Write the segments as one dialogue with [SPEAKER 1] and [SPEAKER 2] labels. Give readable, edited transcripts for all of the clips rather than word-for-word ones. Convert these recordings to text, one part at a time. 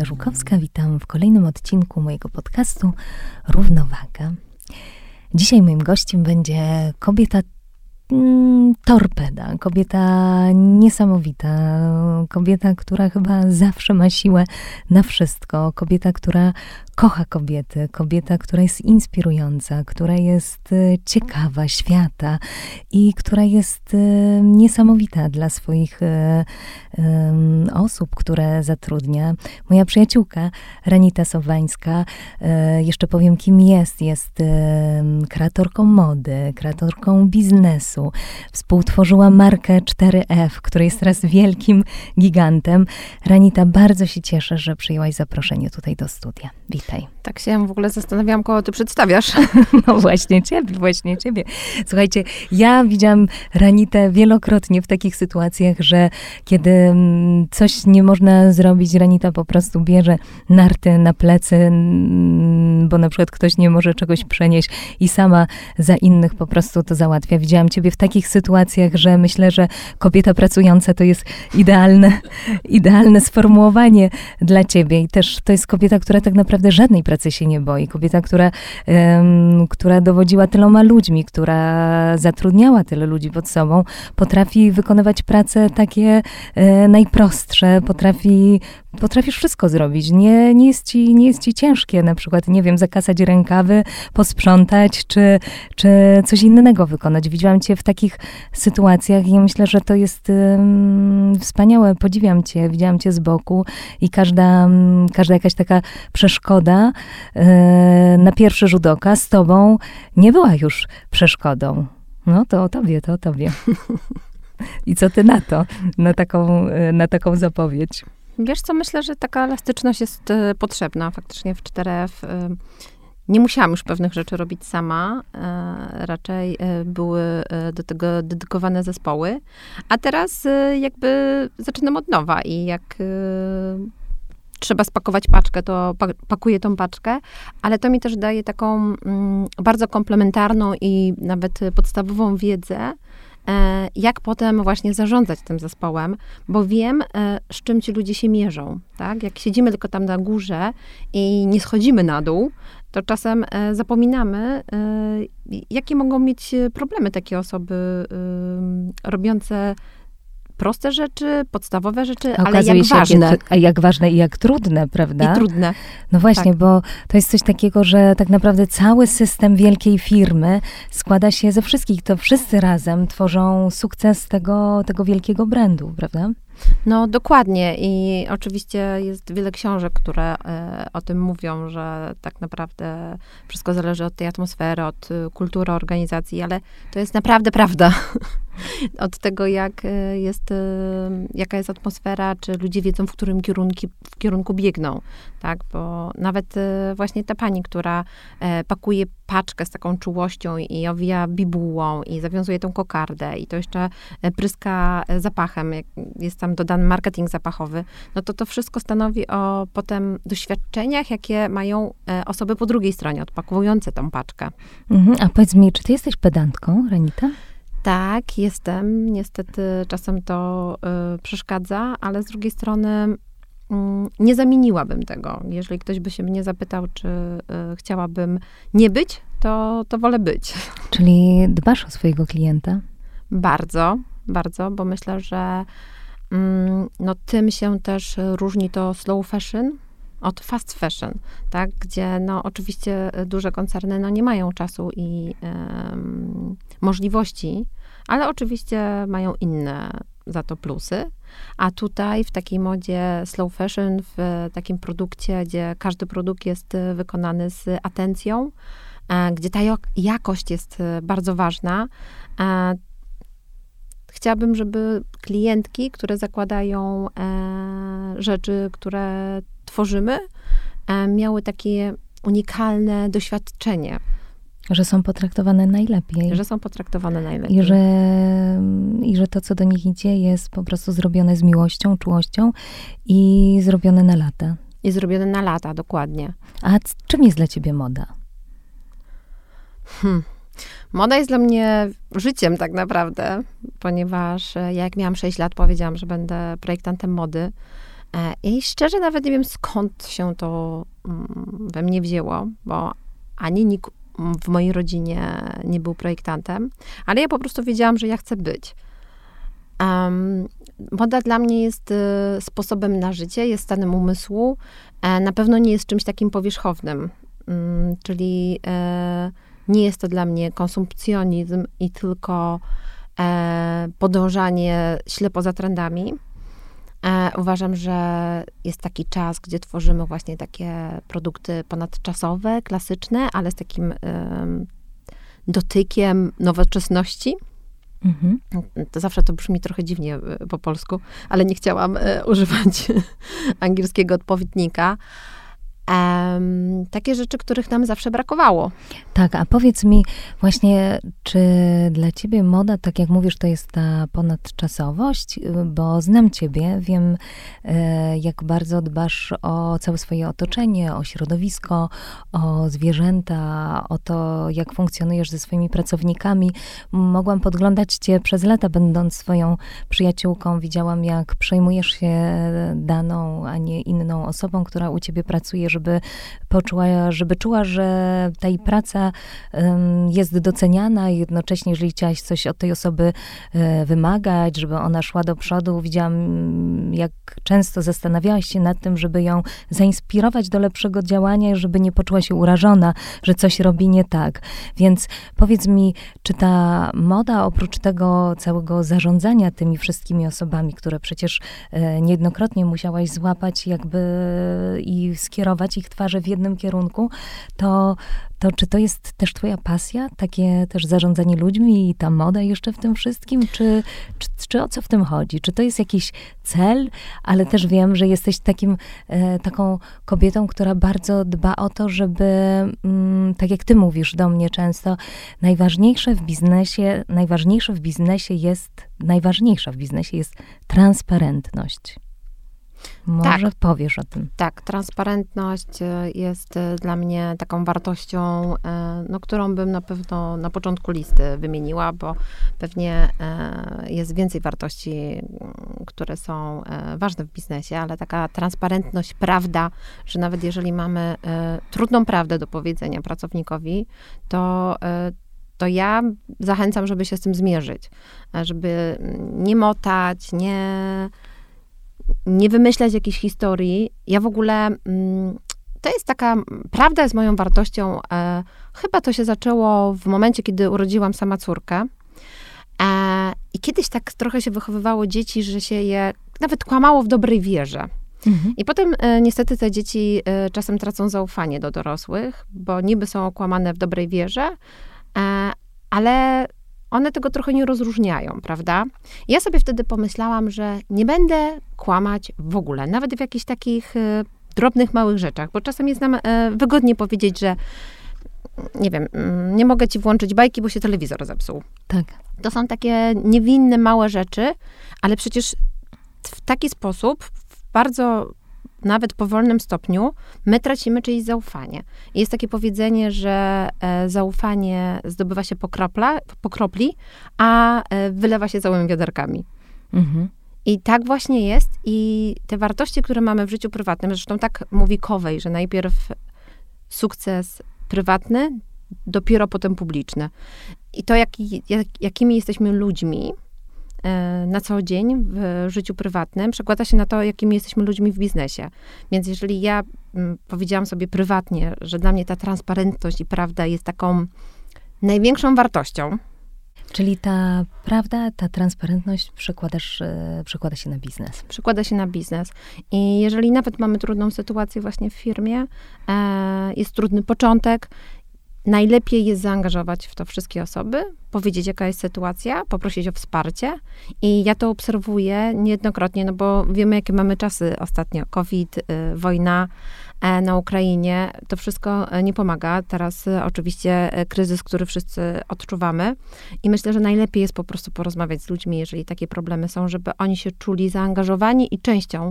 [SPEAKER 1] Żukowska, witam w kolejnym odcinku mojego podcastu Równowaga. Dzisiaj moim gościem będzie kobieta torpeda, kobieta niesamowita, kobieta, która chyba zawsze ma siłę na wszystko, kobieta, która kocha kobiety, kobieta, która jest inspirująca, która jest ciekawa świata i która jest niesamowita dla swoich osób, które zatrudnia. Moja przyjaciółka Ranita Sowańska, jeszcze powiem kim jest kreatorką mody, kreatorką biznesu, współtworzyła markę 4F, która jest teraz wielkim gigantem. Ranita, bardzo się cieszę, że przyjęłaś zaproszenie tutaj do studia. Witaj.
[SPEAKER 2] Tak się w ogóle zastanawiałam, kogo ty przedstawiasz.
[SPEAKER 1] No właśnie ciebie. Słuchajcie, ja widziałam Ranitę wielokrotnie w takich sytuacjach, że kiedy coś nie można zrobić, Ranita po prostu bierze narty na plecy, bo na przykład ktoś nie może czegoś przenieść i sama za innych po prostu to załatwia. Widziałam ciebie w takich sytuacjach, że myślę, że kobieta pracująca to jest idealne sformułowanie dla ciebie. I też to jest kobieta, która tak naprawdę żadnej pracy się nie boi. Kobieta, która dowodziła tyloma ludźmi, która zatrudniała tyle ludzi pod sobą, potrafi wykonywać prace takie najprostsze, potrafisz wszystko zrobić. Nie jest ci ciężkie, na przykład, nie wiem, zakasać rękawy, posprzątać, czy coś innego wykonać. Widziałam cię w takich sytuacjach i myślę, że to jest wspaniałe. Podziwiam cię, widziałam cię z boku i każda jakaś taka przeszkoda na pierwszy rzut oka z tobą nie była już przeszkodą. No to o tobie. I co ty na to, na taką zapowiedź?
[SPEAKER 2] Wiesz co, myślę, że taka elastyczność jest potrzebna. Faktycznie w 4F nie musiałam już pewnych rzeczy robić sama. Raczej były do tego dedykowane zespoły. A teraz jakby zaczynam od nowa i jak trzeba spakować paczkę, to pakuję tą paczkę, ale to mi też daje taką bardzo komplementarną i nawet podstawową wiedzę, jak potem właśnie zarządzać tym zespołem, bo wiem, z czym ci ludzie się mierzą, tak? Jak siedzimy tylko tam na górze i nie schodzimy na dół, to czasem zapominamy, jakie mogą mieć problemy takie osoby robiące proste rzeczy, podstawowe rzeczy, ale jak ważne.
[SPEAKER 1] Jak ważne i jak trudne, prawda?
[SPEAKER 2] I trudne.
[SPEAKER 1] No właśnie,
[SPEAKER 2] tak.
[SPEAKER 1] Bo to jest coś takiego, że tak naprawdę cały system wielkiej firmy składa się ze wszystkich. To wszyscy razem tworzą sukces tego wielkiego brandu, prawda?
[SPEAKER 2] No dokładnie i oczywiście jest wiele książek, które o tym mówią, że tak naprawdę wszystko zależy od tej atmosfery, od kultury organizacji, ale to jest naprawdę prawda. Od tego, jaka jest atmosfera, czy ludzie wiedzą, w którym kierunku biegną, tak, bo nawet właśnie ta pani, która pakuje paczkę z taką czułością i owija bibułą i zawiązuje tą kokardę i to jeszcze pryska zapachem, jak jest tam dodany marketing zapachowy, no to wszystko stanowi o potem doświadczeniach, jakie mają osoby po drugiej stronie, odpakujące tą paczkę.
[SPEAKER 1] A powiedz mi, czy ty jesteś pedantką, Ranita?
[SPEAKER 2] Tak, jestem. Niestety czasem to przeszkadza, ale z drugiej strony nie zamieniłabym tego. Jeżeli ktoś by się mnie zapytał, czy chciałabym nie być, to wolę być.
[SPEAKER 1] Czyli dbasz o swojego klienta?
[SPEAKER 2] Bardzo, bardzo, bo myślę, że tym się też różni to slow fashion od fast fashion, tak? Gdzie oczywiście duże koncerny nie mają czasu i możliwości, ale oczywiście mają inne za to plusy. A tutaj w takiej modzie slow fashion, w takim produkcie, gdzie każdy produkt jest wykonany z atencją, gdzie ta jakość jest bardzo ważna, chciałabym, żeby klientki, które zakładają rzeczy, które tworzymy, miały takie unikalne doświadczenie.
[SPEAKER 1] Że są potraktowane najlepiej.
[SPEAKER 2] Że są potraktowane najlepiej.
[SPEAKER 1] I że to, co do nich idzie, jest po prostu zrobione z miłością, czułością i zrobione na lata.
[SPEAKER 2] I zrobione na lata, dokładnie.
[SPEAKER 1] A czym jest dla ciebie moda?
[SPEAKER 2] Moda jest dla mnie życiem tak naprawdę, ponieważ jak miałam 6 lat, powiedziałam, że będę projektantem mody. I szczerze nawet nie wiem, skąd się to we mnie wzięło, bo ani nikt w mojej rodzinie nie był projektantem, ale ja po prostu wiedziałam, że ja chcę być. Moda dla mnie jest sposobem na życie, jest stanem umysłu. Na pewno nie jest czymś takim powierzchownym, czyli nie jest to dla mnie konsumpcjonizm i tylko podążanie ślepo za trendami. Uważam, że jest taki czas, gdzie tworzymy właśnie takie produkty ponadczasowe, klasyczne, ale z takim dotykiem nowoczesności. Mhm. To zawsze to brzmi trochę dziwnie po polsku, ale nie chciałam używać angielskiego odpowiednika. Takie rzeczy, których nam zawsze brakowało.
[SPEAKER 1] Tak, a powiedz mi właśnie, czy dla ciebie moda, tak jak mówisz, to jest ta ponadczasowość? Bo znam ciebie, wiem, jak bardzo dbasz o całe swoje otoczenie, o środowisko, o zwierzęta, o to, jak funkcjonujesz ze swoimi pracownikami. Mogłam podglądać cię przez lata, będąc swoją przyjaciółką. Widziałam, jak przejmujesz się daną, a nie inną osobą, która u ciebie pracuje, żeby czuła, że ta jej praca jest doceniana i jednocześnie, jeżeli chciałaś coś od tej osoby wymagać, żeby ona szła do przodu, widziałam, jak często zastanawiałaś się nad tym, żeby ją zainspirować do lepszego działania, żeby nie poczuła się urażona, że coś robi nie tak. Więc powiedz mi, czy ta moda, oprócz tego całego zarządzania tymi wszystkimi osobami, które przecież niejednokrotnie musiałaś złapać jakby i skierować ich twarze w jednym kierunku, to czy to jest też twoja pasja? Takie też zarządzanie ludźmi i ta moda jeszcze w tym wszystkim? Czy o co w tym chodzi? Czy to jest jakiś cel? Ale też wiem, że jesteś taką kobietą, która bardzo dba o to, żeby, tak jak ty mówisz do mnie często, najważniejsza w biznesie jest transparentność. Może powiesz o tym.
[SPEAKER 2] Tak, transparentność jest dla mnie taką wartością, którą bym na pewno na początku listy wymieniła, bo pewnie jest więcej wartości, które są ważne w biznesie, ale taka transparentność, prawda, że nawet jeżeli mamy trudną prawdę do powiedzenia pracownikowi, to ja zachęcam, żeby się z tym zmierzyć, żeby nie motać, nie wymyślać jakiejś historii. Ja w ogóle, to jest taka, prawda jest moją wartością. Chyba to się zaczęło w momencie, kiedy urodziłam sama córkę. I kiedyś tak trochę się wychowywało dzieci, że się je nawet kłamało w dobrej wierze. Mhm. I potem niestety te dzieci czasem tracą zaufanie do dorosłych, bo niby są okłamane w dobrej wierze, ale one tego trochę nie rozróżniają, prawda? Ja sobie wtedy pomyślałam, że nie będę kłamać w ogóle, nawet w jakichś takich drobnych, małych rzeczach, bo czasem jest nam wygodnie powiedzieć, że nie wiem, nie mogę ci włączyć bajki, bo się telewizor zepsuł.
[SPEAKER 1] Tak.
[SPEAKER 2] To są takie niewinne, małe rzeczy, ale przecież w taki sposób, w bardzo nawet powolnym stopniu, my tracimy czyjeś zaufanie. I jest takie powiedzenie, że zaufanie zdobywa się po kropli, a wylewa się całymi wiaderkami. Mhm. I tak właśnie jest. I te wartości, które mamy w życiu prywatnym, zresztą tak mówi Covey, że najpierw sukces prywatny, dopiero potem publiczny. I to, jakimi jesteśmy ludźmi na co dzień w życiu prywatnym, przekłada się na to, jakimi jesteśmy ludźmi w biznesie. Więc jeżeli ja powiedziałam sobie prywatnie, że dla mnie ta transparentność i prawda jest taką największą wartością.
[SPEAKER 1] Czyli ta prawda, ta transparentność przekłada się na biznes.
[SPEAKER 2] Przekłada się na biznes. I jeżeli nawet mamy trudną sytuację właśnie w firmie, jest trudny początek, najlepiej jest zaangażować w to wszystkie osoby, powiedzieć, jaka jest sytuacja, poprosić o wsparcie. I ja to obserwuję niejednokrotnie, no bo wiemy, jakie mamy czasy ostatnio. COVID, wojna na Ukrainie, to wszystko nie pomaga. Teraz oczywiście kryzys, który wszyscy odczuwamy. I myślę, że najlepiej jest po prostu porozmawiać z ludźmi, jeżeli takie problemy są, żeby oni się czuli zaangażowani i częścią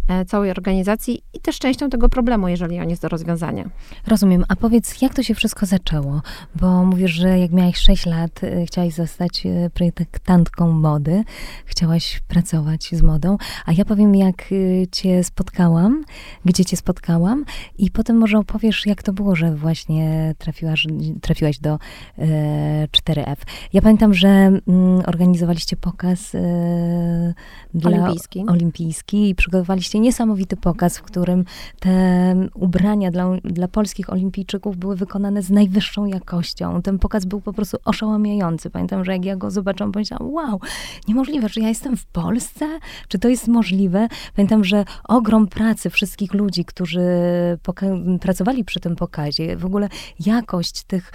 [SPEAKER 2] całej organizacji i też częścią tego problemu, jeżeli on jest do rozwiązania.
[SPEAKER 1] Rozumiem. A powiedz, jak to się wszystko zaczęło? Bo mówisz, że jak miałaś 6 lat, chciałaś zostać projektantką mody, chciałaś pracować z modą, a ja powiem, jak cię spotkałam, gdzie cię spotkałam i potem może opowiesz, jak to było, że właśnie trafiłaś do 4F. Ja pamiętam, że organizowaliście pokaz olimpijski i przygotowaliście niesamowity pokaz, w którym te ubrania dla polskich olimpijczyków były wykonane z najwyższą jakością. Ten pokaz był po prostu oszałamiający. Pamiętam, że jak ja go zobaczyłam, pomyślałam, wow, niemożliwe, że ja jestem w Polsce? Czy to jest możliwe? Pamiętam, że ogrom pracy wszystkich ludzi, którzy pracowali przy tym pokazie, w ogóle jakość tych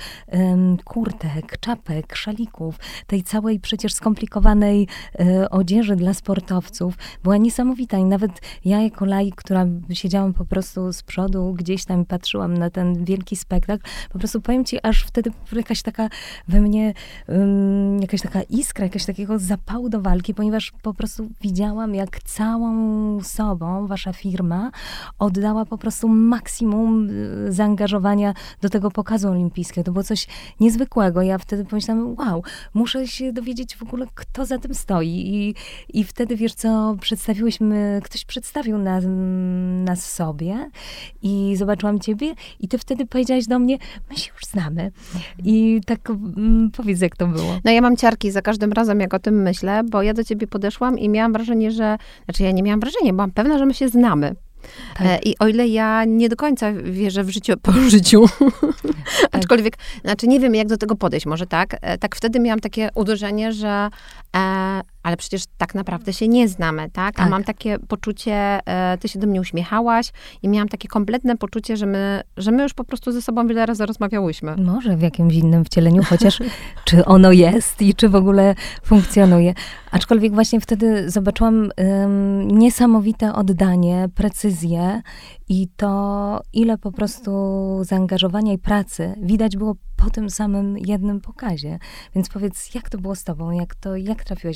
[SPEAKER 1] kurtek, czapek, szalików, tej całej przecież skomplikowanej odzieży dla sportowców była niesamowita i nawet ja jako laik, która siedziałam po prostu z przodu, gdzieś tam patrzyłam na ten wielki spektakl, po prostu powiem ci, aż wtedy jakaś taka we mnie, jakaś taka iskra, jakaś takiego zapału do walki, ponieważ po prostu widziałam, jak całą sobą wasza firma oddała po prostu maksimum zaangażowania do tego pokazu olimpijskiego. To było coś niezwykłego. Ja wtedy pomyślałam, wow, muszę się dowiedzieć w ogóle, kto za tym stoi. I wtedy, wiesz co, ktoś przedstawił nas sobie i zobaczyłam ciebie i ty wtedy powiedziałaś do mnie, my się już znamy. I tak powiedz, jak to było.
[SPEAKER 2] No ja mam ciarki za każdym razem, jak o tym myślę, bo ja do ciebie podeszłam i miałam wrażenie, ja nie miałam wrażenia, byłam pewna, że my się znamy. Tak. I o ile ja nie do końca wierzę w życiu po życiu, tak. Aczkolwiek, nie wiem, jak do tego podejść, może tak wtedy miałam takie uderzenie, że ale przecież tak naprawdę się nie znamy, tak? A mam takie poczucie, ty się do mnie uśmiechałaś i miałam takie kompletne poczucie, że my już po prostu ze sobą wiele razy rozmawiałyśmy.
[SPEAKER 1] Może w jakimś innym wcieleniu, chociaż czy ono jest i czy w ogóle funkcjonuje. Aczkolwiek właśnie wtedy zobaczyłam niesamowite oddanie, precyzję i to, ile po prostu zaangażowania i pracy widać było po tym samym jednym pokazie. Więc powiedz, jak to było z tobą? Jak trafiłaś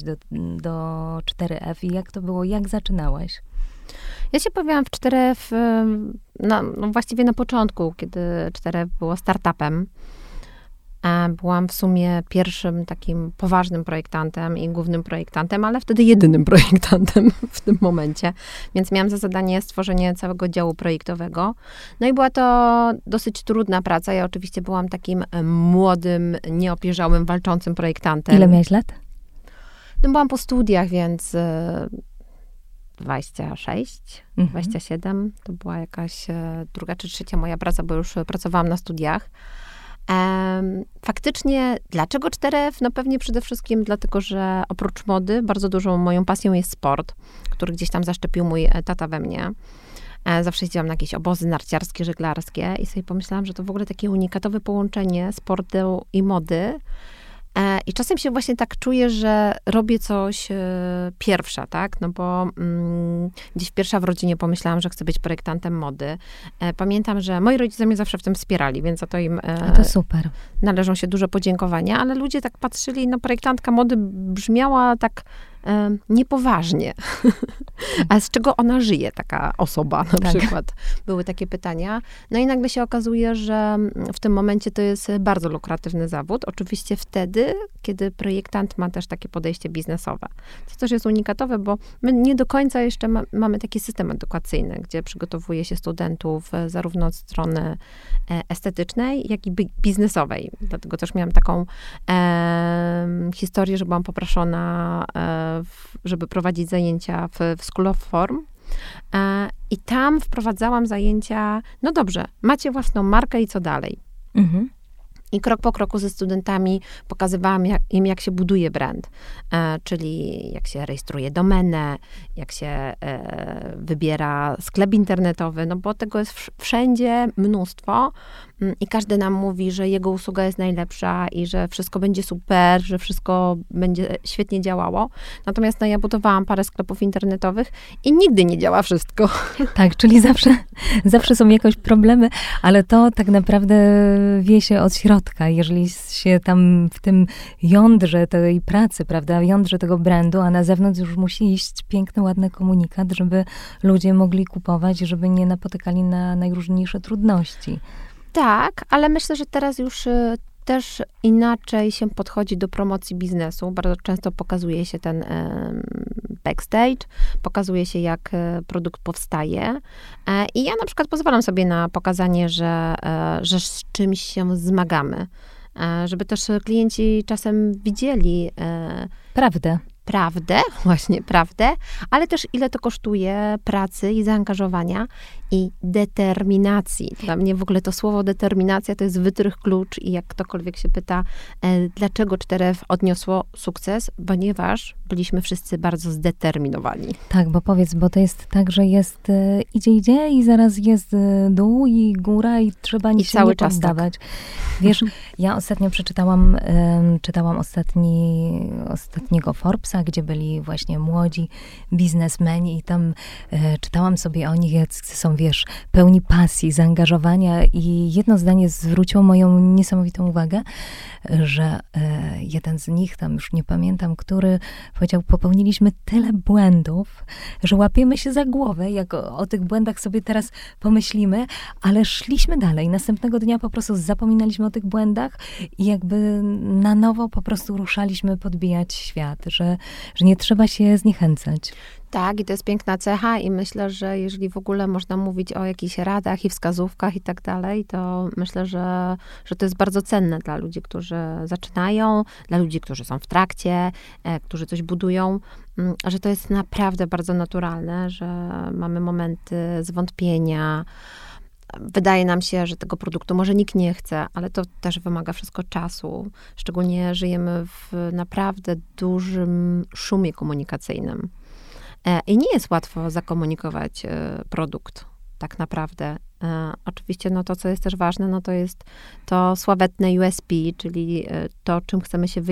[SPEAKER 1] do 4F i jak to było? Jak zaczynałaś?
[SPEAKER 2] Ja się pojawiłam w 4F właściwie na początku, kiedy 4F było startupem. Byłam w sumie pierwszym takim poważnym projektantem i głównym projektantem, ale wtedy jedynym projektantem w tym momencie. Więc miałam za zadanie stworzenie całego działu projektowego. No i była to dosyć trudna praca. Ja oczywiście byłam takim młodym, nieopierzałym, walczącym projektantem.
[SPEAKER 1] Ile miałeś lat?
[SPEAKER 2] No byłam po studiach, więc 26, 27. To była jakaś druga czy trzecia moja praca, bo już pracowałam na studiach. Faktycznie, dlaczego 4F? No pewnie przede wszystkim dlatego, że oprócz mody bardzo dużą moją pasją jest sport, który gdzieś tam zaszczepił mój tata we mnie. Zawsze jeździłam na jakieś obozy narciarskie, żeglarskie i sobie pomyślałam, że to w ogóle takie unikatowe połączenie sportu i mody. I czasem się właśnie tak czuję, że robię coś pierwsza, tak? No bo gdzieś pierwsza w rodzinie pomyślałam, że chcę być projektantem mody. Pamiętam, że moi rodzice mnie zawsze w tym wspierali, więc za to im
[SPEAKER 1] to super.
[SPEAKER 2] Należą się duże podziękowania, ale ludzie tak patrzyli, no projektantka mody brzmiała tak niepoważnie. A z czego ona żyje, taka osoba na przykład? Były takie pytania. No i nagle się okazuje, że w tym momencie to jest bardzo lukratywny zawód. Oczywiście wtedy, kiedy projektant ma też takie podejście biznesowe. To też jest unikatowe, bo my nie do końca jeszcze mamy taki system edukacyjny, gdzie przygotowuje się studentów zarówno od strony estetycznej, jak i biznesowej. Dlatego też miałam taką historię, że byłam poproszona, żeby prowadzić zajęcia w School of Form. I tam wprowadzałam zajęcia, no dobrze, macie własną markę i co dalej? I krok po kroku ze studentami pokazywałam im, jak się buduje brand. Czyli jak się rejestruje domenę, jak się wybiera sklep internetowy, no bo tego jest wszędzie mnóstwo i każdy nam mówi, że jego usługa jest najlepsza i że wszystko będzie super, że wszystko będzie świetnie działało. Natomiast ja budowałam parę sklepów internetowych i nigdy nie działa wszystko.
[SPEAKER 1] Tak, czyli zawsze są jakieś problemy, ale to tak naprawdę wie się od środka. środka, jeżeli się tam w tym jądrze tej pracy, prawda, jądrze tego brandu, a na zewnątrz już musi iść piękny, ładny komunikat, żeby ludzie mogli kupować, żeby nie napotykali na najróżniejsze trudności.
[SPEAKER 2] Tak, ale myślę, że teraz już też inaczej się podchodzi do promocji biznesu. Bardzo często pokazuje się ten backstage, pokazuje się, jak produkt powstaje. I ja na przykład pozwalam sobie na pokazanie, że z czymś się zmagamy. Żeby też klienci czasem widzieli prawdę, ale też ile to kosztuje pracy i zaangażowania i determinacji. Dla mnie w ogóle to słowo determinacja to jest wytrych klucz i jak ktokolwiek się pyta, dlaczego 4F odniosło sukces, ponieważ byliśmy wszyscy bardzo zdeterminowani.
[SPEAKER 1] Tak, bo to jest tak, że jest idzie i zaraz jest dół i góra i trzeba nic się nie poddawać. Tak. Wiesz, ja ostatnio czytałam ostatniego Forbesa, gdzie byli właśnie młodzi biznesmeni i tam czytałam sobie o nich, jak są, wiesz, pełni pasji, zaangażowania i jedno zdanie zwróciło moją niesamowitą uwagę, że jeden z nich, tam już nie pamiętam, który powiedział, popełniliśmy tyle błędów, że łapiemy się za głowę, jak o tych błędach sobie teraz pomyślimy, ale szliśmy dalej. Następnego dnia po prostu zapominaliśmy o tych błędach i jakby na nowo po prostu ruszaliśmy podbijać świat, że nie trzeba się zniechęcać.
[SPEAKER 2] Tak, i to jest piękna cecha i myślę, że jeżeli w ogóle można mówić o jakichś radach i wskazówkach i tak dalej, to myślę, że to jest bardzo cenne dla ludzi, którzy zaczynają, dla ludzi, którzy są w trakcie, którzy coś budują, że to jest naprawdę bardzo naturalne, że mamy momenty zwątpienia. Wydaje nam się, że tego produktu może nikt nie chce, ale to też wymaga wszystko czasu. Szczególnie żyjemy w naprawdę dużym szumie komunikacyjnym. I nie jest łatwo zakomunikować produkt, tak naprawdę. Oczywiście, no to, co jest też ważne, no to jest to sławetne USP, czyli to, czym chcemy się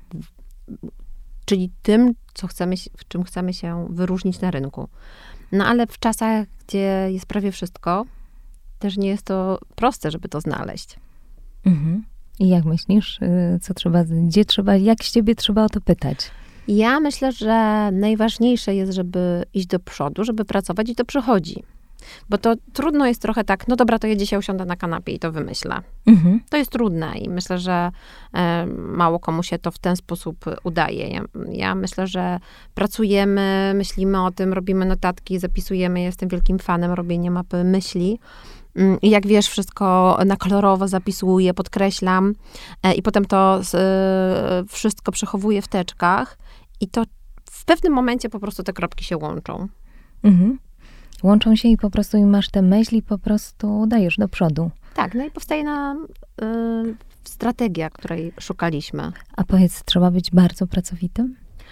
[SPEAKER 2] czyli tym, w czym chcemy się wyróżnić na rynku. No ale w czasach, gdzie jest prawie wszystko, też nie jest to proste, żeby to znaleźć.
[SPEAKER 1] Mhm. I jak myślisz, jak z ciebie trzeba o to pytać?
[SPEAKER 2] Ja myślę, że najważniejsze jest, żeby iść do przodu, żeby pracować i to przychodzi. Bo to trudno jest trochę tak, no dobra, to ja dzisiaj usiądę na kanapie i to wymyślę. Mhm. To jest trudne i myślę, że mało komu się to w ten sposób udaje. Ja myślę, że pracujemy, myślimy o tym, robimy notatki, zapisujemy. Jestem wielkim fanem robienia mapy myśli. I jak wiesz, wszystko na kolorowo zapisuję, podkreślam i potem to wszystko przechowuję w teczkach i to w pewnym momencie po prostu te kropki się łączą.
[SPEAKER 1] Mhm. Łączą się i po prostu masz te myśli, po prostu dajesz do przodu.
[SPEAKER 2] Tak, no i powstaje nam strategia, której szukaliśmy.
[SPEAKER 1] A powiedz, trzeba być bardzo pracowitym?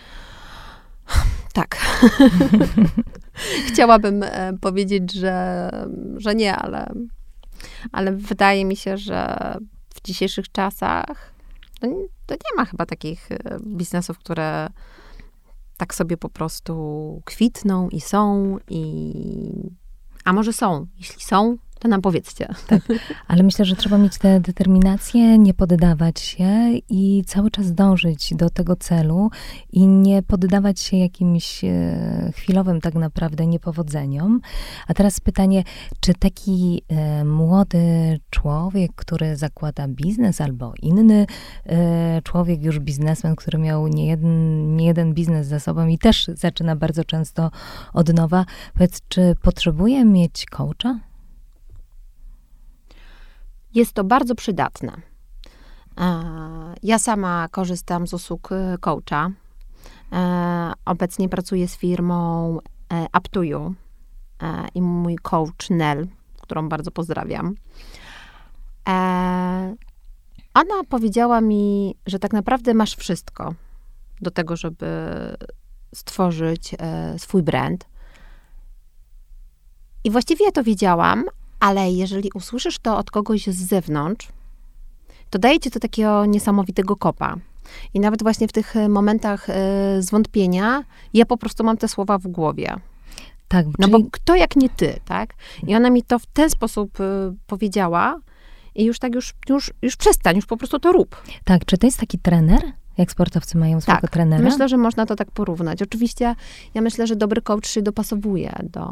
[SPEAKER 2] Tak. Chciałabym powiedzieć, że nie, ale wydaje mi się, że w dzisiejszych czasach to nie ma chyba takich biznesów, które tak sobie po prostu kwitną i są, a może są. Jeśli są, to nam powiedzcie.
[SPEAKER 1] Tak, ale myślę, że trzeba mieć tę determinację, nie poddawać się i cały czas dążyć do tego celu i nie poddawać się jakimś chwilowym tak naprawdę niepowodzeniom. A teraz pytanie, czy taki młody człowiek, który zakłada biznes albo inny człowiek, już biznesmen, który miał nie jeden biznes za sobą i też zaczyna bardzo często od nowa, powiedz, czy potrzebuje mieć coacha?
[SPEAKER 2] Jest to bardzo przydatne. Ja sama korzystam z usług coacha. Obecnie pracuję z firmą Up2You i mój coach Nel, którą bardzo pozdrawiam. Ona powiedziała mi, że tak naprawdę masz wszystko do tego, żeby stworzyć swój brand. I właściwie ja to wiedziałam, ale jeżeli usłyszysz to od kogoś z zewnątrz, to daje ci to takiego niesamowitego kopa. I nawet właśnie w tych momentach zwątpienia, ja po prostu mam te słowa w głowie.
[SPEAKER 1] Tak,
[SPEAKER 2] no bo kto jak nie ty, tak? I ona mi to w ten sposób powiedziała i już tak, już przestań, już po prostu to rób.
[SPEAKER 1] Tak, czy to jest taki trener? Jak sportowcy mają swojego trenera?
[SPEAKER 2] Myślę, że można to tak porównać. Oczywiście ja myślę, że dobry coach się dopasowuje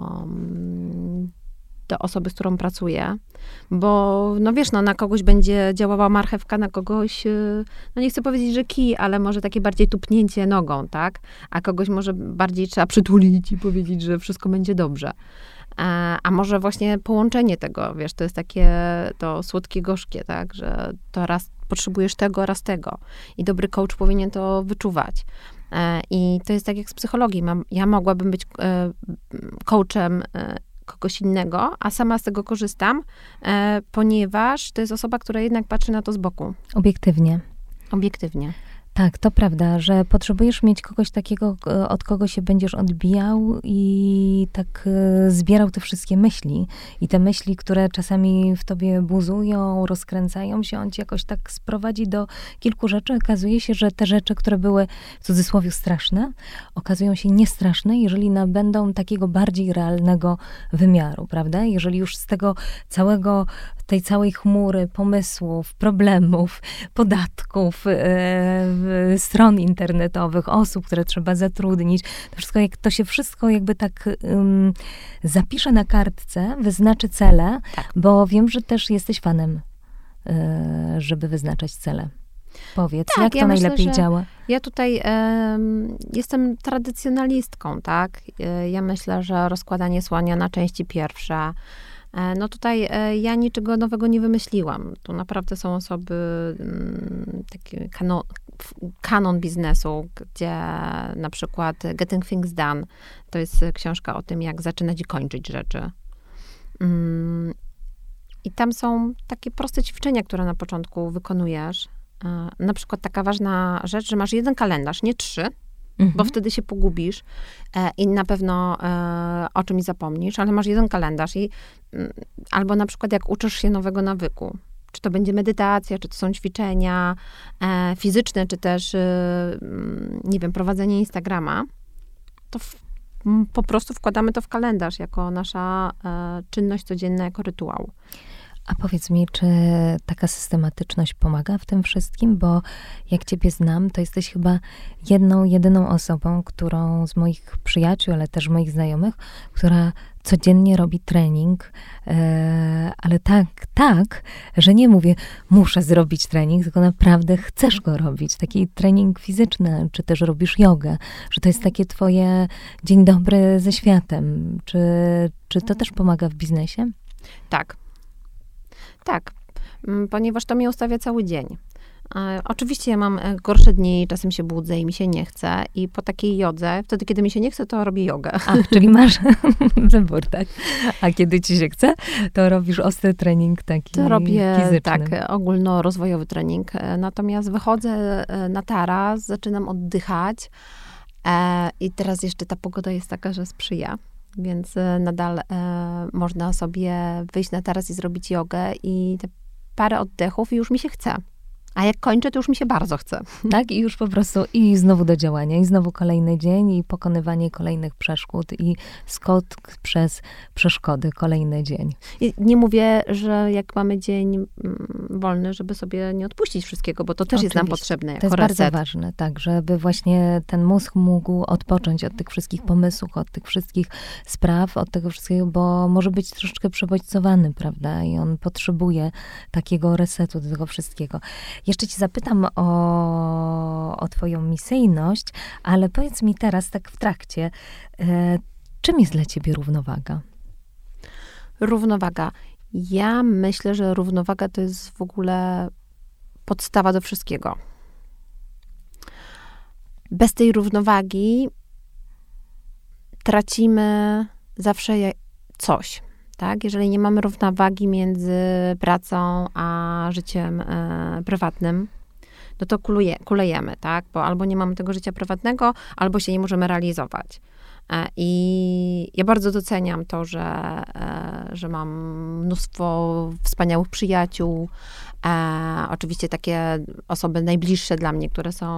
[SPEAKER 2] do osoby, z którą pracuje, bo no wiesz, no na kogoś będzie działała marchewka, na kogoś, no nie chcę powiedzieć, że kij, ale może takie bardziej tupnięcie nogą, tak? A kogoś może bardziej trzeba przytulić i powiedzieć, że wszystko będzie dobrze. A może właśnie połączenie tego, wiesz, to jest takie to słodkie-gorzkie, tak? Że to raz potrzebujesz tego, raz tego. I dobry coach powinien to wyczuwać. I to jest tak jak z psychologii. Ja mogłabym być coachem kogoś innego, a sama z tego korzystam, ponieważ to jest osoba, która jednak patrzy na to z boku.
[SPEAKER 1] Obiektywnie.
[SPEAKER 2] Obiektywnie.
[SPEAKER 1] Tak, to prawda, że potrzebujesz mieć kogoś takiego, od kogo się będziesz odbijał i tak zbierał te wszystkie myśli. I te myśli, które czasami w tobie buzują, rozkręcają się, on ci jakoś tak sprowadzi do kilku rzeczy. Okazuje się, że te rzeczy, które były w cudzysłowie straszne, okazują się niestraszne, jeżeli nabędą takiego bardziej realnego wymiaru, prawda? Jeżeli już z tego tej całej chmury pomysłów, problemów, podatków, stron internetowych, osób, które trzeba zatrudnić. To się wszystko jakby tak zapisze na kartce, wyznaczy cele, tak. Bo wiem, że też jesteś fanem, żeby wyznaczać cele. Powiedz, tak, jak to najlepiej działa?
[SPEAKER 2] Ja tutaj jestem tradycjonalistką, tak? Ja myślę, że rozkładanie słonia na części pierwsze. No tutaj ja niczego nowego nie wymyśliłam. Tu naprawdę są osoby, taki kanon biznesu, gdzie na przykład Getting Things Done, to jest książka o tym, jak zaczynać i kończyć rzeczy. I tam są takie proste ćwiczenia, które na początku wykonujesz. Na przykład taka ważna rzecz, że masz jeden kalendarz, nie 3, bo wtedy się pogubisz i na pewno o czymś zapomnisz, ale masz jeden kalendarz albo na przykład jak uczysz się nowego nawyku, czy to będzie medytacja, czy to są ćwiczenia fizyczne, czy też, nie wiem, prowadzenie Instagrama, to po prostu wkładamy to w kalendarz jako nasza czynność codzienna, jako rytuał.
[SPEAKER 1] A powiedz mi, czy taka systematyczność pomaga w tym wszystkim? Bo jak ciebie znam, to jesteś chyba jedyną osobą, którą z moich przyjaciół, ale też moich znajomych, która codziennie robi trening, ale tak, że nie mówię, muszę zrobić trening, tylko naprawdę chcesz go robić. Taki trening fizyczny, czy też robisz jogę, że to jest takie twoje dzień dobry ze światem. Czy to też pomaga w biznesie?
[SPEAKER 2] Tak, ponieważ to mnie ustawia cały dzień. Oczywiście ja mam gorsze dni, czasem się budzę i mi się nie chce i po takiej jodze, wtedy kiedy mi się nie chce, to robię jogę.
[SPEAKER 1] Czyli masz wybór, tak? A kiedy ci się chce, to robisz ostry trening taki
[SPEAKER 2] to robię,
[SPEAKER 1] fizyczny.
[SPEAKER 2] Tak, ogólnorozwojowy trening. Natomiast wychodzę na taras, zaczynam oddychać i teraz jeszcze ta pogoda jest taka, że sprzyja. Więc nadal można sobie wyjść na taras i zrobić jogę i te parę oddechów i już mi się chce. A jak kończę, to już mi się bardzo chce.
[SPEAKER 1] Tak? I już po prostu i znowu do działania. I znowu kolejny dzień i pokonywanie kolejnych przeszkód i skok przez przeszkody kolejny dzień.
[SPEAKER 2] I nie mówię, że jak mamy dzień wolny, żeby sobie nie odpuścić wszystkiego, bo to też jest nam potrzebne jako
[SPEAKER 1] to jest
[SPEAKER 2] reset.
[SPEAKER 1] bardzo ważne, tak, żeby właśnie ten mózg mógł odpocząć od tych wszystkich pomysłów, od tych wszystkich spraw, od tego wszystkiego, bo może być troszeczkę przebodźcowany, prawda? I on potrzebuje takiego resetu do tego wszystkiego. Jeszcze ci zapytam o twoją misyjność, ale powiedz mi teraz, tak w trakcie, czym jest dla ciebie równowaga?
[SPEAKER 2] Równowaga. Ja myślę, że równowaga to jest w ogóle podstawa do wszystkiego. Bez tej równowagi tracimy zawsze coś. Tak? Jeżeli nie mamy równowagi między pracą a życiem prywatnym, no to kulejemy, tak? Bo albo nie mamy tego życia prywatnego, albo się nie możemy realizować. I ja bardzo doceniam to, że mam mnóstwo wspaniałych przyjaciół, oczywiście takie osoby najbliższe dla mnie, które są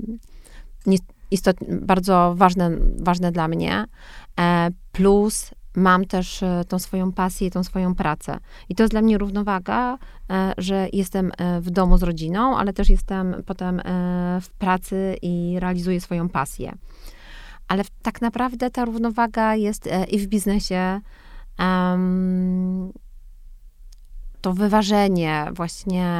[SPEAKER 2] bardzo ważne dla mnie, plus mam też tą swoją pasję, tą swoją pracę. I to jest dla mnie równowaga, że jestem w domu z rodziną, ale też jestem potem w pracy i realizuję swoją pasję. Ale tak naprawdę ta równowaga jest i w biznesie, to wyważenie właśnie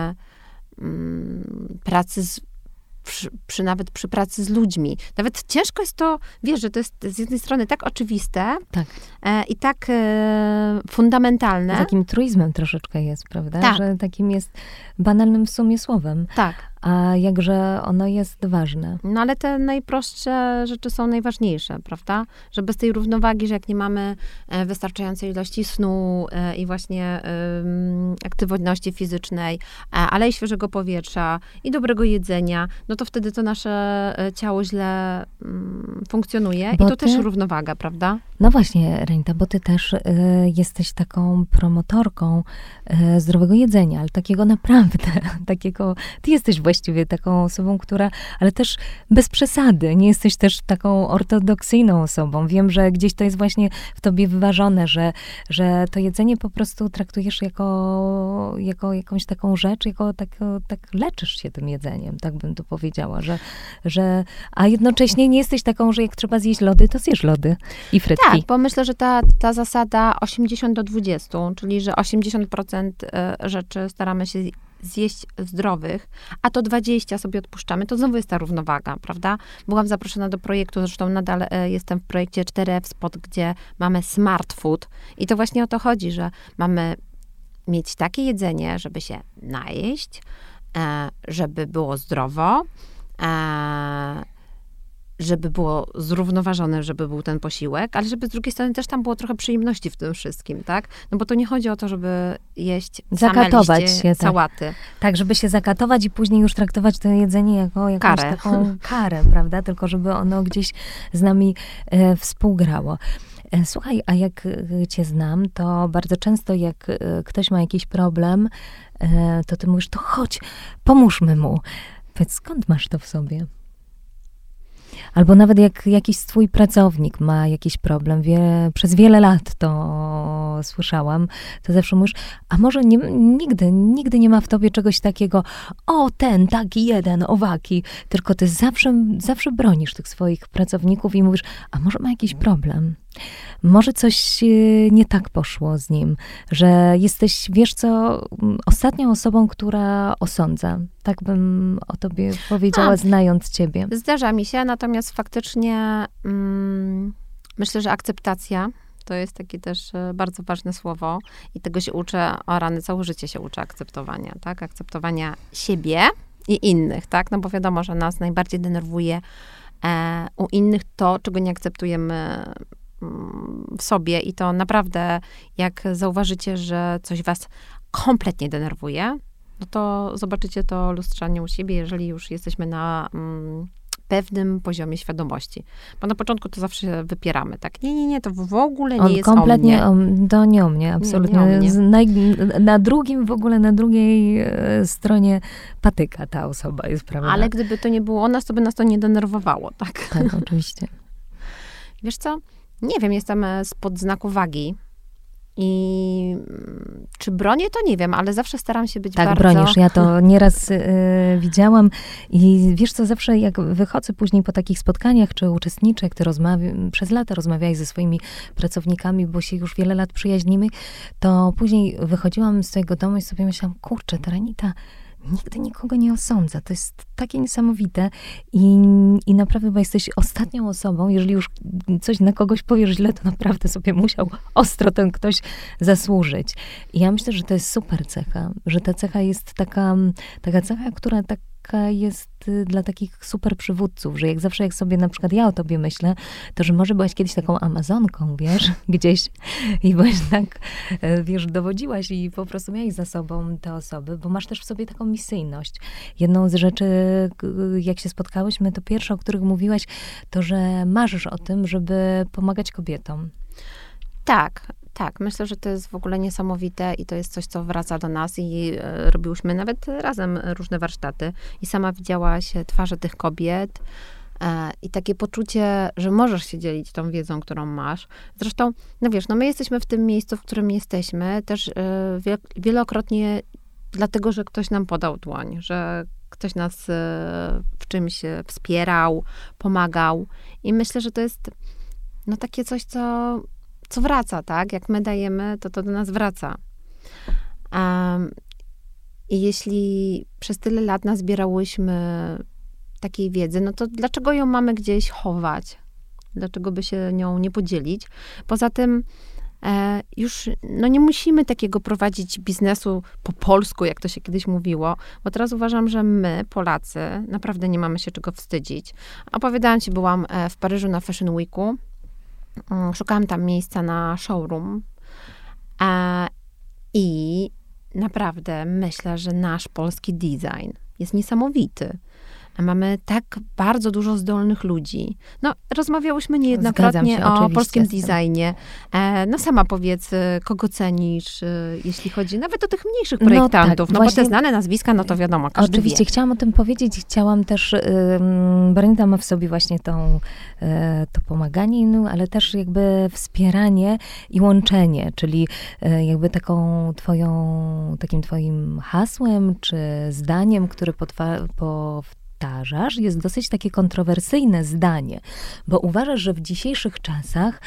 [SPEAKER 2] pracy nawet przy pracy z ludźmi. Nawet ciężko jest to, wiesz, że to jest z jednej strony tak oczywiste
[SPEAKER 1] Tak.
[SPEAKER 2] I tak fundamentalne.
[SPEAKER 1] Takim truizmem troszeczkę jest, prawda?
[SPEAKER 2] Tak.
[SPEAKER 1] Że takim jest banalnym w sumie słowem.
[SPEAKER 2] Tak.
[SPEAKER 1] A jakże ono jest ważne.
[SPEAKER 2] No ale te najprostsze rzeczy są najważniejsze, prawda? Że bez tej równowagi, że jak nie mamy wystarczającej ilości snu i właśnie aktywności fizycznej, ale i świeżego powietrza i dobrego jedzenia, no to wtedy to nasze ciało źle funkcjonuje i to też równowaga, prawda?
[SPEAKER 1] No właśnie, Renita, bo ty też jesteś taką promotorką zdrowego jedzenia, ale takiego naprawdę, ty jesteś właściwie taką osobą, ale też bez przesady, nie jesteś też taką ortodoksyjną osobą. Wiem, że gdzieś to jest właśnie w tobie wyważone, że to jedzenie po prostu traktujesz jako jakąś taką rzecz, tak leczysz się tym jedzeniem, tak bym to powiedziała, a jednocześnie nie jesteś taką, że jak trzeba zjeść lody, to zjesz lody i frytki.
[SPEAKER 2] Tak, bo myślę, że ta zasada 80-20, czyli że 80% rzeczy staramy się zjeść zdrowych, a to 20 sobie odpuszczamy, to znowu jest ta równowaga, prawda? Byłam zaproszona do projektu, zresztą nadal jestem w projekcie 4F Spot, gdzie mamy smart food i to właśnie o to chodzi, że mamy mieć takie jedzenie, żeby się najeść, żeby było zdrowo, żeby było zrównoważone, żeby był ten posiłek, ale żeby z drugiej strony też tam było trochę przyjemności w tym wszystkim, tak? No bo to nie chodzi o to, żeby jeść
[SPEAKER 1] zakatować
[SPEAKER 2] same liście,
[SPEAKER 1] się,
[SPEAKER 2] sałaty.
[SPEAKER 1] Tak, żeby się zakatować i później już traktować to jedzenie jako jakąś taką karę, prawda? Tylko żeby ono gdzieś z nami współgrało. Słuchaj, a jak cię znam, to bardzo często jak ktoś ma jakiś problem, to ty mówisz, to chodź, pomóżmy mu. Powiedz, skąd masz to w sobie? Albo nawet jak jakiś twój pracownik ma jakiś problem, przez wiele lat to słyszałam, to zawsze mówisz, a może nigdy nie ma w tobie czegoś takiego, o ten, taki jeden, owaki, tylko ty zawsze bronisz tych swoich pracowników i mówisz, a może ma jakiś problem? Może coś nie tak poszło z nim, że jesteś, wiesz co, ostatnią osobą, która osądza. Tak bym o tobie powiedziała, znając ciebie.
[SPEAKER 2] Zdarza mi się, natomiast faktycznie myślę, że akceptacja to jest takie też bardzo ważne słowo i tego się uczę, całe życie się uczę akceptowania, tak? Akceptowania siebie i innych, tak? No bo wiadomo, że nas najbardziej denerwuje u innych to, czego nie akceptujemy w sobie i to naprawdę, jak zauważycie, że coś was kompletnie denerwuje, no to zobaczycie to lustrzanie u siebie, jeżeli już jesteśmy na pewnym poziomie świadomości. Bo na początku to zawsze wypieramy, tak? Nie, to w ogóle nie jest
[SPEAKER 1] kompletnie
[SPEAKER 2] o mnie.
[SPEAKER 1] To nie o mnie, absolutnie.
[SPEAKER 2] Nie o mnie.
[SPEAKER 1] Na drugiej stronie patyka ta osoba jest, prawda?
[SPEAKER 2] Ale gdyby to nie było o nas, to by nas to nie denerwowało, tak?
[SPEAKER 1] Tak, oczywiście.
[SPEAKER 2] Wiesz co? Nie wiem, jestem spod znaku wagi. I czy bronię, to nie wiem, ale zawsze staram się być
[SPEAKER 1] tak,
[SPEAKER 2] bardzo...
[SPEAKER 1] Tak, bronisz. Ja to nieraz widziałam i wiesz co, zawsze jak wychodzę później po takich spotkaniach, czy uczestniczę, przez lata rozmawiałeś ze swoimi pracownikami, bo się już wiele lat przyjaźnimy, to później wychodziłam z swojego domu i sobie myślałam, kurczę, ta Renita nigdy nikogo nie osądza. To jest takie niesamowite i naprawdę, bo jesteś ostatnią osobą, jeżeli już coś na kogoś powiesz źle, to naprawdę sobie musiał ostro ten ktoś zasłużyć. I ja myślę, że to jest super cecha, że ta cecha jest taka cecha, która taka jest dla takich super przywódców, że jak sobie na przykład ja o tobie myślę, to że może byłaś kiedyś taką Amazonką, wiesz, gdzieś i byłaś tak, wiesz, dowodziłaś i po prostu miałaś za sobą te osoby, bo masz też w sobie taką misyjność. Jedną z rzeczy, jak się spotkałyśmy, to pierwsza, o których mówiłaś, to, że marzysz o tym, żeby pomagać kobietom.
[SPEAKER 2] Tak, myślę, że to jest w ogóle niesamowite i to jest coś, co wraca do nas i robiłyśmy nawet razem różne warsztaty i sama widziałaś twarze tych kobiet, I takie poczucie, że możesz się dzielić tą wiedzą, którą masz. Zresztą, no wiesz, no my jesteśmy w tym miejscu, w którym jesteśmy, też wielokrotnie dlatego, że ktoś nam podał dłoń, że ktoś nas w czymś wspierał, pomagał. I myślę, że to jest no takie coś, co wraca, tak? Jak my dajemy, to do nas wraca. I jeśli przez tyle lat nazbierałyśmy takiej wiedzy, no to dlaczego ją mamy gdzieś chować? Dlaczego by się nią nie podzielić? Poza tym już no nie musimy takiego prowadzić biznesu po polsku, jak to się kiedyś mówiło, bo teraz uważam, że my, Polacy, naprawdę nie mamy się czego wstydzić. Opowiadałam ci, byłam w Paryżu na Fashion Weeku, szukałam tam miejsca na showroom i naprawdę myślę, że nasz polski design jest niesamowity. Mamy tak bardzo dużo zdolnych ludzi. No, rozmawiałyśmy niejednokrotnie o polskim designie. No, sama powiedz, kogo cenisz, jeśli chodzi nawet o tych mniejszych projektantów. No, właśnie, bo te znane nazwiska, no to wiadomo, każdy
[SPEAKER 1] oczywiście,
[SPEAKER 2] wie.
[SPEAKER 1] Chciałam o tym powiedzieć. Chciałam też, Bernita ma w sobie właśnie to pomaganie innym, ale też jakby wspieranie i łączenie, czyli jakby takim twoim hasłem, czy zdaniem, które powtarzasz, jest dosyć takie kontrowersyjne zdanie, bo uważasz, że w dzisiejszych czasach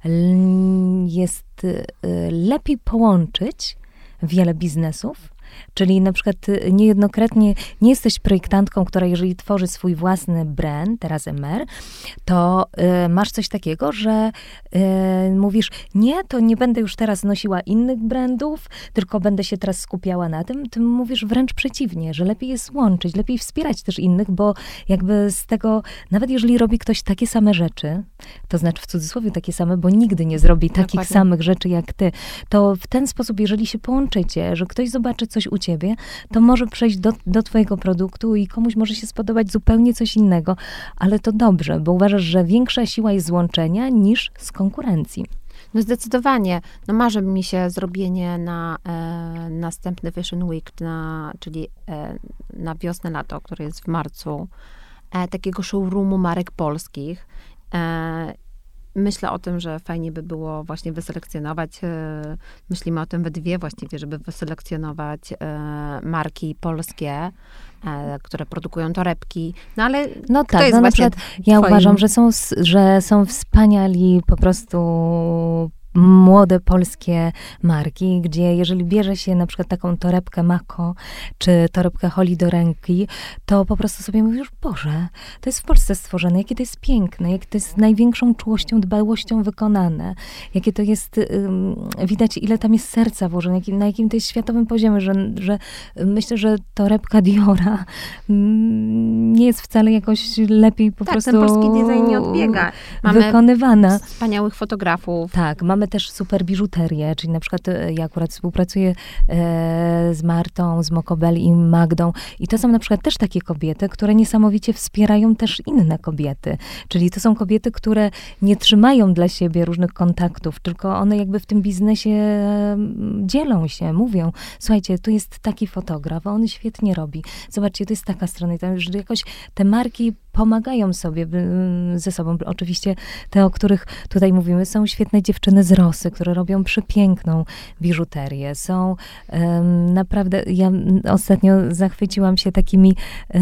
[SPEAKER 1] jest lepiej połączyć wiele biznesów, czyli na przykład niejednokrotnie nie jesteś projektantką, która jeżeli tworzy swój własny brand, teraz MR, to masz coś takiego, że mówisz, nie, to nie będę już teraz nosiła innych brandów, tylko będę się teraz skupiała na tym. Ty mówisz wręcz przeciwnie, że lepiej jest łączyć, lepiej wspierać też innych, bo jakby z tego, nawet jeżeli robi ktoś takie same rzeczy, to znaczy w cudzysłowie takie same, bo nigdy nie zrobi takich samych rzeczy jak ty, to w ten sposób, jeżeli się połączycie, że ktoś zobaczy coś u ciebie, to może przejść do twojego produktu i komuś może się spodobać zupełnie coś innego, ale to dobrze, bo uważasz, że większa siła jest z łączenia niż z konkurencji.
[SPEAKER 2] No zdecydowanie. No marzy mi się zrobienie na następny Fashion Week, czyli na wiosnę, lato, który jest w marcu, takiego showroomu marek polskich. Myślę o tym, że fajnie by było właśnie wyselekcjonować, myślimy o tym we dwie właściwie, żeby wyselekcjonować marki polskie, które produkują torebki. No ale
[SPEAKER 1] no
[SPEAKER 2] kto jest
[SPEAKER 1] na przykład ja uważam, że są wspaniali po prostu młode polskie marki, gdzie jeżeli bierze się na przykład taką torebkę Mako, czy torebkę Holly do ręki, to po prostu sobie mówisz, Boże, to jest w Polsce stworzone, jakie to jest piękne, jakie to jest z największą czułością, dbałością wykonane, jakie to jest, widać ile tam jest serca włożone, na jakim to jest światowym poziomie, że myślę, że torebka Diora nie jest wcale jakoś lepiej po prostu
[SPEAKER 2] ten polski design nie odbiega. Mamy
[SPEAKER 1] wykonywana.
[SPEAKER 2] Wspaniałych fotografów.
[SPEAKER 1] Tak, mamy też super biżuterię, czyli na przykład ja akurat współpracuję z Martą, z Mokobel i Magdą i to są na przykład też takie kobiety, które niesamowicie wspierają też inne kobiety. Czyli to są kobiety, które nie trzymają dla siebie różnych kontaktów, tylko one jakby w tym biznesie dzielą się, mówią, słuchajcie, tu jest taki fotograf, a on świetnie robi. Zobaczcie, to jest taka strona, że jakoś te marki pomagają sobie ze sobą. Oczywiście te, o których tutaj mówimy, są świetne dziewczyny z Rosy, które robią przepiękną biżuterię. Są naprawdę, ja ostatnio zachwyciłam się takimi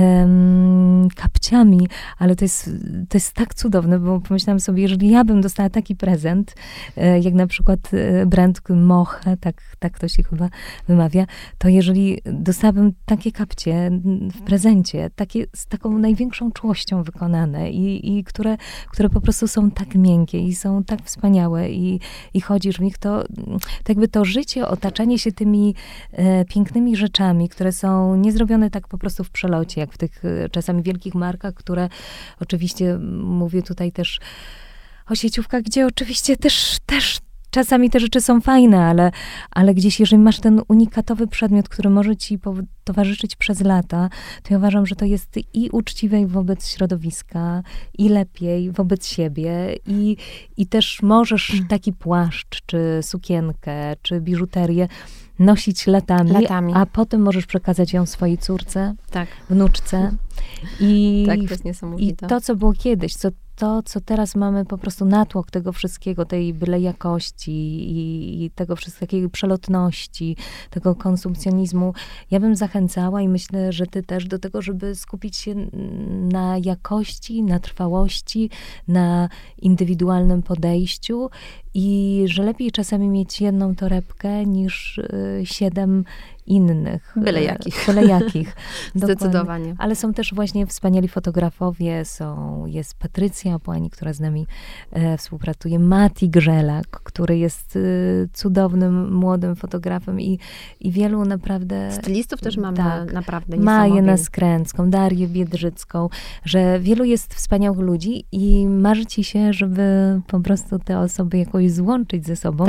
[SPEAKER 1] kapciami, ale to jest tak cudowne, bo pomyślałam sobie, jeżeli ja bym dostała taki prezent, jak na przykład brand Moche, tak to się chyba wymawia, to jeżeli dostałabym takie kapcie w prezencie, takie z taką największą czułością wykonane i które po prostu są tak miękkie i są tak wspaniałe i chodzisz w nich, to jakby to życie, otaczanie się tymi pięknymi rzeczami, które są niezrobione tak po prostu w przelocie, jak w tych czasami wielkich markach, które oczywiście mówię tutaj też o sieciówkach, gdzie oczywiście też czasami te rzeczy są fajne, ale gdzieś, jeżeli masz ten unikatowy przedmiot, który może ci towarzyszyć przez lata, to ja uważam, że to jest i uczciwej wobec środowiska, i lepiej wobec siebie, i też możesz taki płaszcz, czy sukienkę, czy biżuterię nosić latami, a potem możesz przekazać ją swojej córce, wnuczce.
[SPEAKER 2] Tak, to jest niesamowite.
[SPEAKER 1] I to, co było kiedyś, co teraz mamy, po prostu natłok tego wszystkiego, tej byle jakości i tego wszystkiego, takiej przelotności, tego konsumpcjonizmu. Ja bym zachęcała i myślę, że ty też do tego, żeby skupić się na jakości, na trwałości, na indywidualnym podejściu i że lepiej czasami mieć jedną torebkę niż 7 innych.
[SPEAKER 2] Byle jakich.
[SPEAKER 1] Zdecydowanie. Ale są też właśnie wspaniali fotografowie, jest Patrycja Opłani, która z nami współpracuje, Mati Grzelak, który jest cudownym, młodym fotografem i wielu naprawdę...
[SPEAKER 2] Stylistów też mamy naprawdę niesamowitych.
[SPEAKER 1] Maję Naskręcką, Darię Biedrzycką, że wielu jest wspaniałych ludzi i marzy ci się, żeby po prostu te osoby jakoś złączyć ze sobą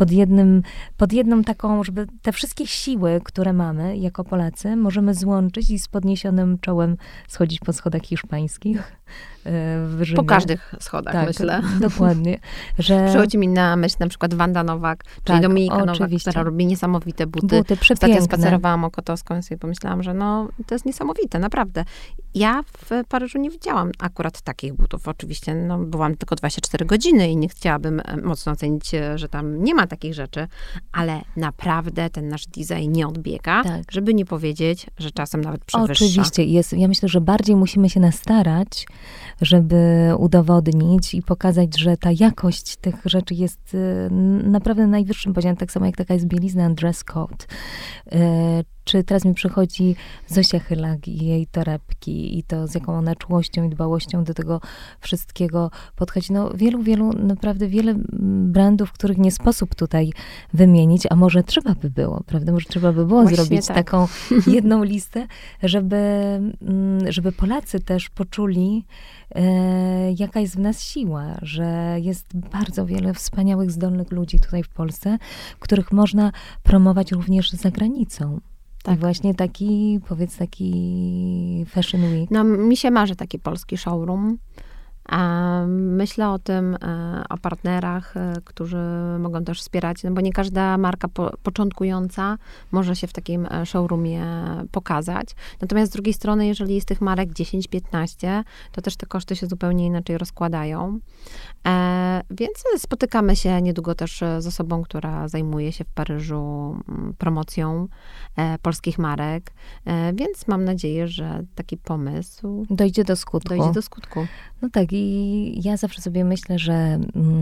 [SPEAKER 1] pod jedną taką, żeby te wszystkie siły, które mamy jako Polacy, możemy złączyć i z podniesionym czołem schodzić po schodach hiszpańskich w Rzymie.
[SPEAKER 2] Po każdych schodach, myślę.
[SPEAKER 1] Dokładnie.
[SPEAKER 2] Przychodzi mi na myśl na przykład Wanda Nowak, czyli Dominika Nowak, która robi niesamowite buty. Ostatnio spacerowałam Okotowską i sobie pomyślałam, że to jest niesamowite, naprawdę. Ja w Paryżu nie widziałam akurat takich butów. Oczywiście byłam tylko 24 godziny i nie chciałabym mocno ocenić, że tam nie ma takich rzeczy, ale naprawdę ten nasz design nie odbiega, żeby nie powiedzieć, że czasem nawet przewyższa.
[SPEAKER 1] Oczywiście. Ja myślę, że bardziej musimy się nastarać, żeby udowodnić i pokazać, że ta jakość tych rzeczy jest naprawdę na najwyższym poziomie, tak samo jak taka jest bielizna and dress code. Czy teraz mi przychodzi Zosia Chylak i jej torebki i to, z jaką ona czułością i dbałością do tego wszystkiego podchodzi. Wielu, naprawdę wiele brandów, których nie sposób tutaj wymienić, a może trzeba by było, prawda? Może trzeba by było zrobić taką jedną listę, żeby Polacy też poczuli, jaka jest w nas siła, że jest bardzo wiele wspaniałych, zdolnych ludzi tutaj w Polsce, których można promować również za granicą. I właśnie taki Fashion Week.
[SPEAKER 2] Mi się marzy taki polski showroom. Myślę o tym, o partnerach, którzy mogą też wspierać, bo nie każda marka początkująca może się w takim showroomie pokazać. Natomiast z drugiej strony, jeżeli jest tych marek 10-15, to też te koszty się zupełnie inaczej rozkładają. Więc spotykamy się niedługo też z osobą, która zajmuje się w Paryżu promocją polskich marek. Więc mam nadzieję, że taki pomysł
[SPEAKER 1] dojdzie do skutku. No tak, i ja zawsze sobie myślę, że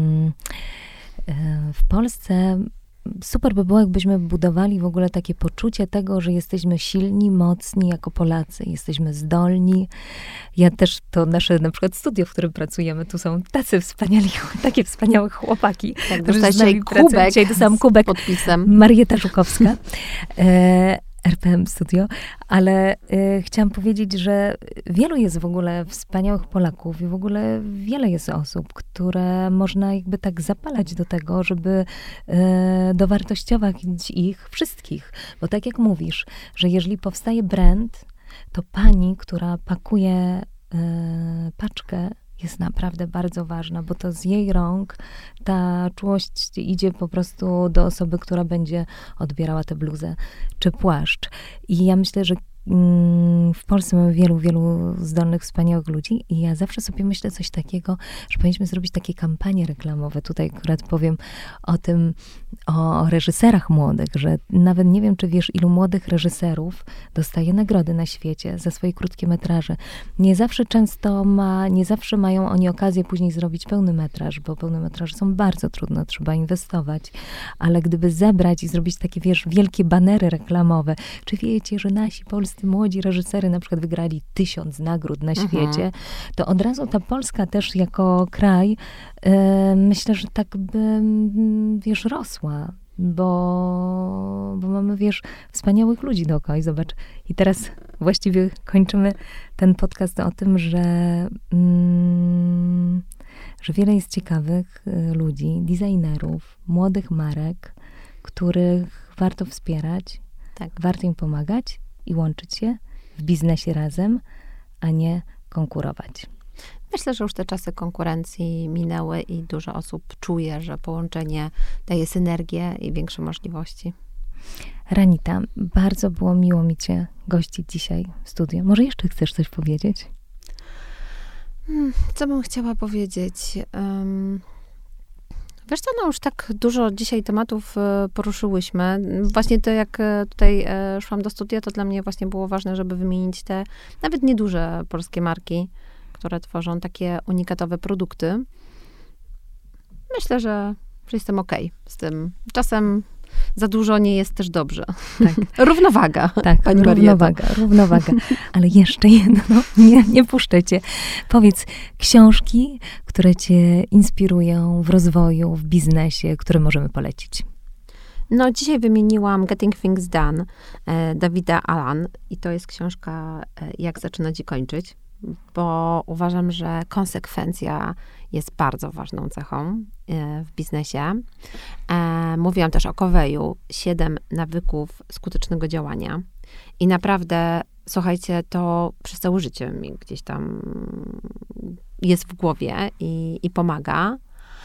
[SPEAKER 1] w Polsce super by było, jakbyśmy budowali w ogóle takie poczucie tego, że jesteśmy silni, mocni jako Polacy, jesteśmy zdolni. Ja też, to nasze na przykład studio, w którym pracujemy, tu są takie wspaniałe chłopaki.
[SPEAKER 2] Tak, dostałam kubek z podpisem.
[SPEAKER 1] Marieta Żukowska. RPM Studio, ale chciałam powiedzieć, że wielu jest w ogóle wspaniałych Polaków i w ogóle wiele jest osób, które można jakby tak zapalać do tego, żeby dowartościować ich wszystkich. Bo tak jak mówisz, że jeżeli powstaje brand, to pani, która pakuje paczkę, jest naprawdę bardzo ważna, bo to z jej rąk ta czułość idzie po prostu do osoby, która będzie odbierała tę bluzę czy płaszcz. I ja myślę, że w Polsce mamy wielu zdolnych, wspaniałych ludzi i ja zawsze sobie myślę coś takiego, że powinniśmy zrobić takie kampanie reklamowe. Tutaj akurat powiem o reżyserach młodych, że nawet nie wiem, czy wiesz, ilu młodych reżyserów dostaje nagrody na świecie za swoje krótkie metraże. Nie zawsze mają oni okazję później zrobić pełny metraż, bo pełne metraże są bardzo trudne, trzeba inwestować. Ale gdyby zebrać i zrobić takie, wielkie banery reklamowe, czy wiecie, że nasi polscy młodzi reżysery na przykład wygrali 1000 nagród na świecie, to od razu ta Polska też jako kraj, myślę, że tak by, rosła, bo mamy, wspaniałych ludzi dookoła. I zobacz, i teraz właściwie kończymy ten podcast o tym, że wiele jest ciekawych ludzi, designerów, młodych marek, których warto wspierać, warto im pomagać i łączyć się w biznesie razem, a nie konkurować.
[SPEAKER 2] Myślę, że już te czasy konkurencji minęły i dużo osób czuje, że połączenie daje synergię i większe możliwości.
[SPEAKER 1] Ranita, bardzo było miło mi cię gościć dzisiaj w studiu. Może jeszcze chcesz coś powiedzieć?
[SPEAKER 2] Co bym chciała powiedzieć? Wiesz co, no już tak dużo dzisiaj tematów poruszyłyśmy. Właśnie to, jak tutaj szłam do studia, to dla mnie właśnie było ważne, żeby wymienić te nawet nieduże polskie marki, które tworzą takie unikatowe produkty. Myślę, że jestem okej z tym. Czasem za dużo nie jest też dobrze. Tak. Równowaga.
[SPEAKER 1] Tak,
[SPEAKER 2] Pani
[SPEAKER 1] równowaga. Ale jeszcze jedno, nie puszczę cię. Powiedz, książki, które cię inspirują w rozwoju, w biznesie, które możemy polecić.
[SPEAKER 2] No, dzisiaj wymieniłam Getting Things Done Davida Allan i to jest książka Jak zaczynać i kończyć, bo uważam, że konsekwencja jest bardzo ważną cechą w biznesie. Mówiłam też o Coveyu, 7 nawyków skutecznego działania. I naprawdę, słuchajcie, to przez całe życie mi gdzieś tam jest w głowie i pomaga.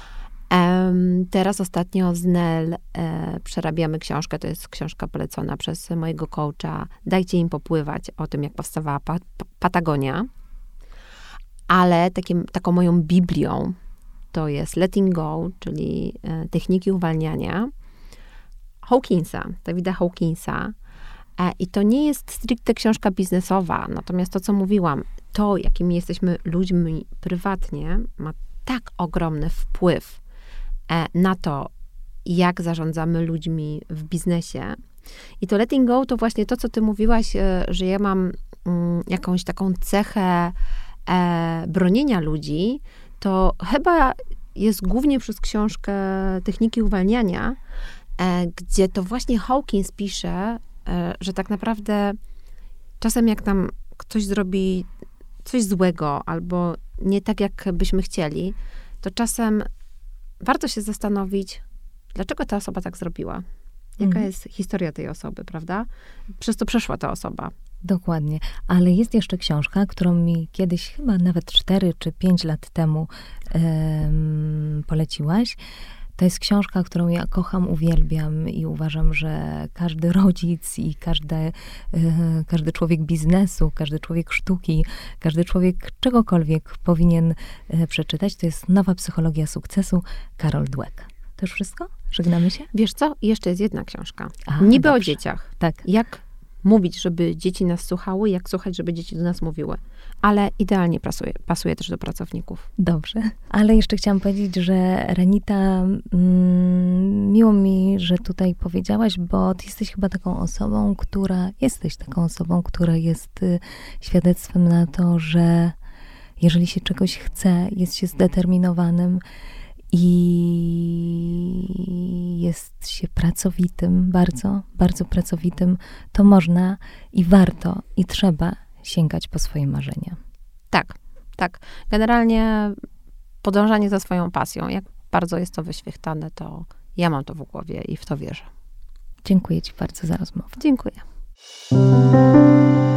[SPEAKER 2] Teraz ostatnio z Nel przerabiamy książkę, to jest książka polecona przez mojego coacha. Dajcie im popływać, o tym, jak powstawała Patagonia. Ale taką moją Biblią to jest Letting Go, czyli techniki uwalniania Hawkinsa, Davida Hawkinsa. I to nie jest stricte książka biznesowa, natomiast to, co mówiłam, to, jakimi jesteśmy ludźmi prywatnie, ma tak ogromny wpływ na to, jak zarządzamy ludźmi w biznesie. I to letting go to właśnie to, co ty mówiłaś, że ja mam jakąś taką cechę bronienia ludzi, to chyba jest głównie przez książkę Techniki uwalniania, gdzie to właśnie Hawkins pisze, że tak naprawdę czasem jak nam ktoś zrobi coś złego albo nie tak, jak byśmy chcieli, to czasem warto się zastanowić, dlaczego ta osoba tak zrobiła. Jaka jest historia tej osoby, prawda? Przez to przeszła ta osoba.
[SPEAKER 1] Dokładnie. Ale jest jeszcze książka, którą mi kiedyś, chyba nawet 4 czy 5 lat temu poleciłaś. To jest książka, którą ja kocham, uwielbiam i uważam, że każdy rodzic i każdy człowiek biznesu, każdy człowiek sztuki, każdy człowiek czegokolwiek powinien przeczytać. To jest Nowa psychologia sukcesu, Carol Dweck. To już wszystko? Żegnamy się?
[SPEAKER 2] Wiesz co? Jeszcze jest jedna książka. Niby dobrze. O dzieciach.
[SPEAKER 1] Tak.
[SPEAKER 2] Jak mówić, żeby dzieci nas słuchały, jak słuchać, żeby dzieci do nas mówiły. Ale idealnie pasuje też do pracowników.
[SPEAKER 1] Dobrze. Ale jeszcze chciałam powiedzieć, że Ranita, miło mi, że tutaj powiedziałaś, bo ty jesteś chyba taką osobą, która jest świadectwem na to, że jeżeli się czegoś chce, jest się zdeterminowanym i jest się pracowitym, bardzo, bardzo pracowitym, to można i warto i trzeba sięgać po swoje marzenia.
[SPEAKER 2] Tak, tak. Generalnie podążanie za swoją pasją, jak bardzo jest to wyświechtane, to ja mam to w głowie i w to wierzę.
[SPEAKER 1] Dziękuję ci bardzo za rozmowę.
[SPEAKER 2] Dziękuję.